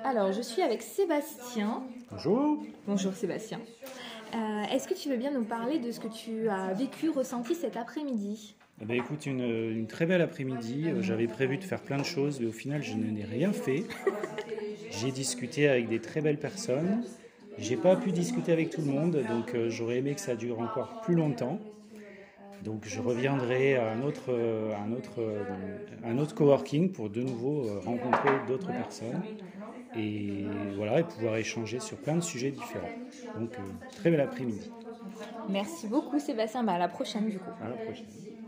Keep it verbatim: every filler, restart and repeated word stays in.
Alors, je suis avec Sébastien. Bonjour. Bonjour Sébastien. Euh, est-ce que tu veux bien nous parler de ce que tu as vécu, ressenti cet après-midi? Eh ben, écoute, une, une très belle après-midi. Euh, J'avais prévu de faire plein de choses, mais au final, je n'ai rien fait. J'ai discuté avec des très belles personnes. J'ai pas pu discuter avec tout le monde, donc euh, j'aurais aimé que ça dure encore plus longtemps. Donc je reviendrai à un autre, euh, un autre, euh, un autre coworking pour de nouveau euh, rencontrer d'autres personnes et voilà et pouvoir échanger sur plein de sujets différents. Donc euh, très bel après-midi. Merci beaucoup Sébastien, bah, à la prochaine du coup. À la prochaine.